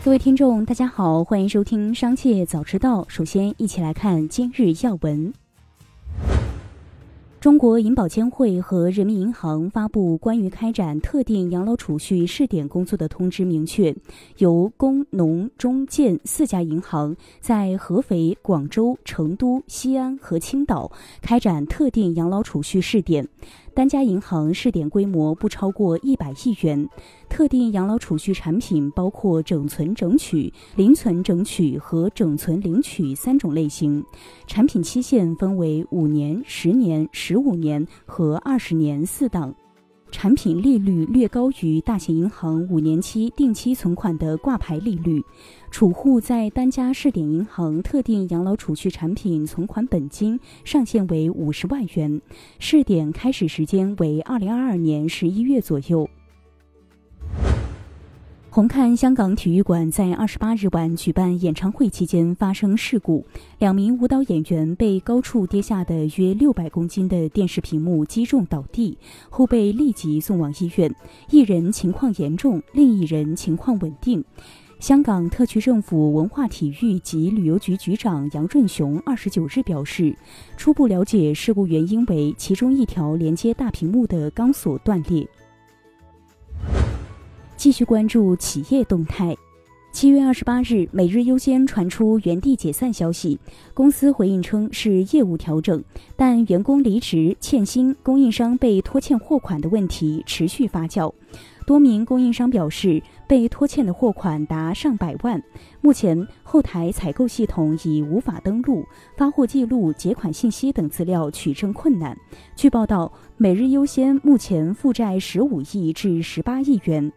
各位听众，大家好，欢迎收听商界早知道。首先，一起来看今日要闻。中国银保监会和人民银行发布关于开展特定养老储蓄试点工作的通知，明确由工农中建4家银行在合肥、广州、成都、西安和青岛开展特定养老储蓄试点，单家银行试点规模不超过100亿元。特定养老储蓄产品包括整存整取、零存整取和整存领取3种类型，产品期限分为5年、10年、15年和20年4档。产品利率略高于大型银行5年期定期存款的挂牌利率。储户在单家试点银行特定养老储蓄产品存款本金上限为50万元，试点开始时间为2022年11月左右。红磡香港体育馆在28日晚举办演唱会期间发生事故，2名舞蹈演员被高处跌下的约600公斤的电视屏幕击中倒地，后被立即送往医院，一人情况严重，另一人情况稳定。香港特区政府文化体育及旅游局局长杨润雄29日表示，初步了解事故原因为其中一条连接大屏幕的钢索断裂。继续关注企业动态。7月28日，每日优先传出原地解散消息，公司回应称是业务调整，但员工离职、欠薪、供应商被拖欠货款的问题持续发酵。多名供应商表示，被拖欠的货款达上百万，目前后台采购系统已无法登录，发货记录、结款信息等资料取证困难。据报道，每日优先目前负债15亿至18亿元。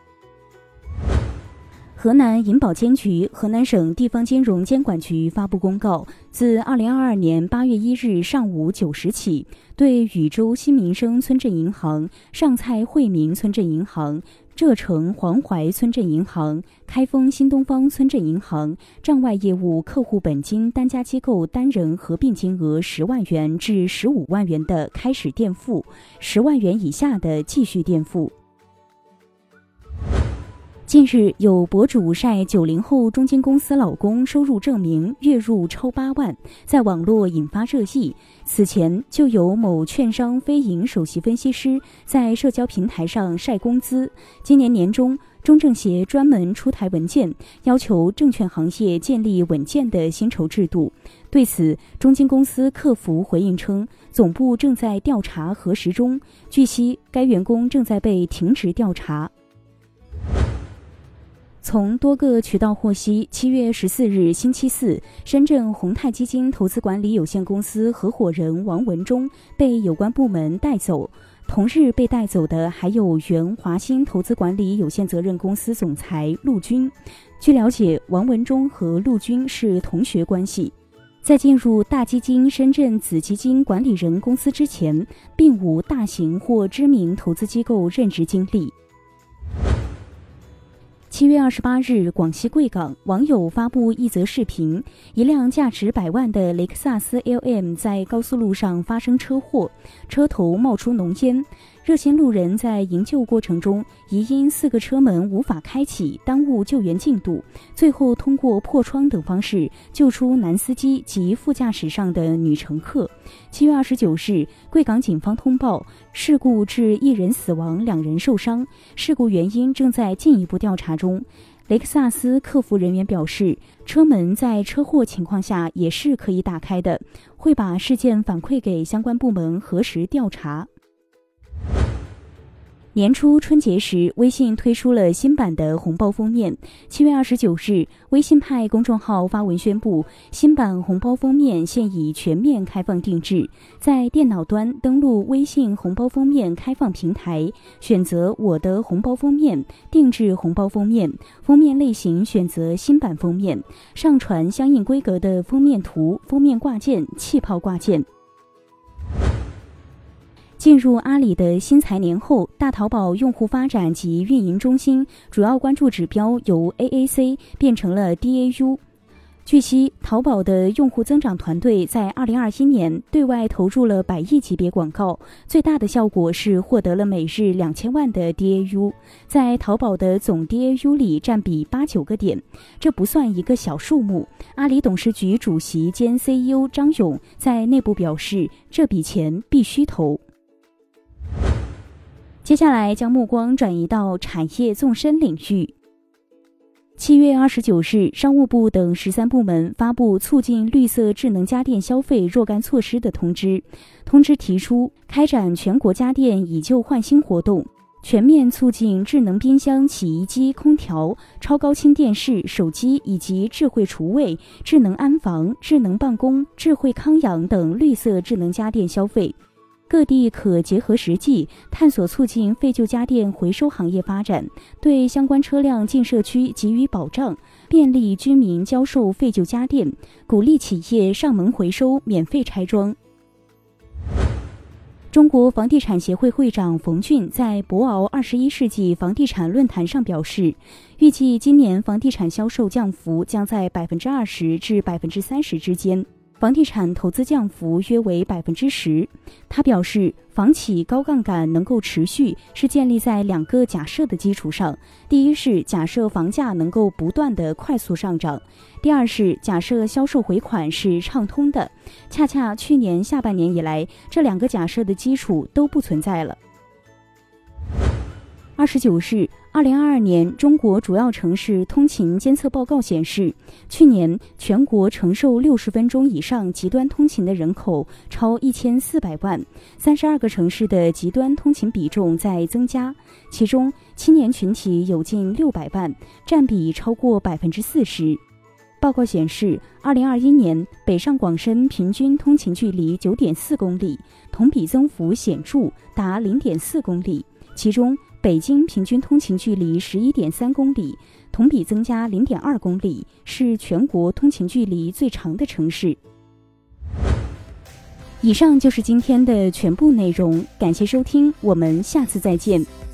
河南银保监局、河南省地方金融监管局发布公告，自2022年8月1日上午9时起，对禹州新民生村镇银行、上蔡惠民村镇银行、浙城黄淮村镇银行、开封新东方村镇银行账外业务客户本金单家机构单人合并金额10万元至15万元的开始垫付，10万元以下的继续垫付。近日，有博主晒90后中金公司老公收入证明月入超8万，在网络引发热议。此前就有某券商非银首席分析师在社交平台上晒工资。今年年中，中证协专门出台文件，要求证券行业建立稳健的薪酬制度。对此，中金公司客服回应称，总部正在调查核实中，据悉该员工正在被停职调查。从多个渠道获悉，7月14日星期四，深圳宏泰基金投资管理有限公司合伙人王文忠被有关部门带走。同日被带走的还有原华兴投资管理有限责任公司总裁陆军。据了解，王文忠和陆军是同学关系。在进入大基金深圳子基金管理人公司之前，并无大型或知名投资机构任职经历。7月28日，广西贵港网友发布一则视频，一辆价值100万的雷克萨斯 LM 在高速路上发生车祸，车头冒出浓烟。热心路人在营救过程中，疑因4个车门无法开启，耽误救援进度，最后通过破窗等方式救出男司机及副驾驶上的女乘客。7月29日，贵港警方通报，事故致1人死亡，2人受伤，事故原因正在进一步调查中。雷克萨斯客服人员表示，车门在车祸情况下也是可以打开的，会把事件反馈给相关部门核实调查。年初春节时，微信推出了新版的红包封面。7月29日，微信派公众号发文宣布，新版红包封面现已全面开放定制。在电脑端登录微信红包封面开放平台，选择我的红包封面，定制红包封面，封面类型选择新版封面，上传相应规格的封面图、封面挂件、气泡挂件。进入阿里的新财年后，大淘宝用户发展及运营中心主要关注指标由 AAC 变成了 DAU。 据悉，淘宝的用户增长团队在2021年对外投入了100亿级别广告，最大的效果是获得了每日2000万的 DAU， 在淘宝的总 DAU 里占比8-9个点，这不算一个小数目。阿里董事局主席兼 CEO 张勇在内部表示，这笔钱必须投。接下来将目光转移到产业纵深领域。7月29日，商务部等13部门发布促进绿色智能家电消费若干措施的通知。通知提出，开展全国家电以旧换新活动，全面促进智能冰箱、洗衣机、空调、超高清电视、手机以及智慧厨卫、智能安防、智能办公、智慧康养等绿色智能家电消费。各地可结合实际，探索促进废旧家电回收行业发展，对相关车辆进社区给予保障，便利居民交售废旧家电，鼓励企业上门回收、免费拆装。中国房地产协会会长冯俊在博鳌21世纪房地产论坛上表示，预计今年房地产销售降幅将在20%至30%之间。房地产投资降幅约为10%。他表示，房企高杠杆能够持续，是建立在2个假设的基础上。第一是假设房价能够不断的快速上涨，第二是假设销售回款是畅通的。恰恰去年下半年以来，这2个假设的基础都不存在了。29日，2022年中国主要城市通勤监测报告显示，去年全国承受60分钟以上极端通勤的人口超1400万，32个城市的极端通勤比重在增加，其中青年群体有近600万，占比超过40%。报告显示，2021年北上广深平均通勤距离9.4公里，同比增幅显著，达0.4公里，其中北京平均通勤距离11.3公里，同比增加0.2公里，是全国通勤距离最长的城市。以上就是今天的全部内容，感谢收听，我们下次再见。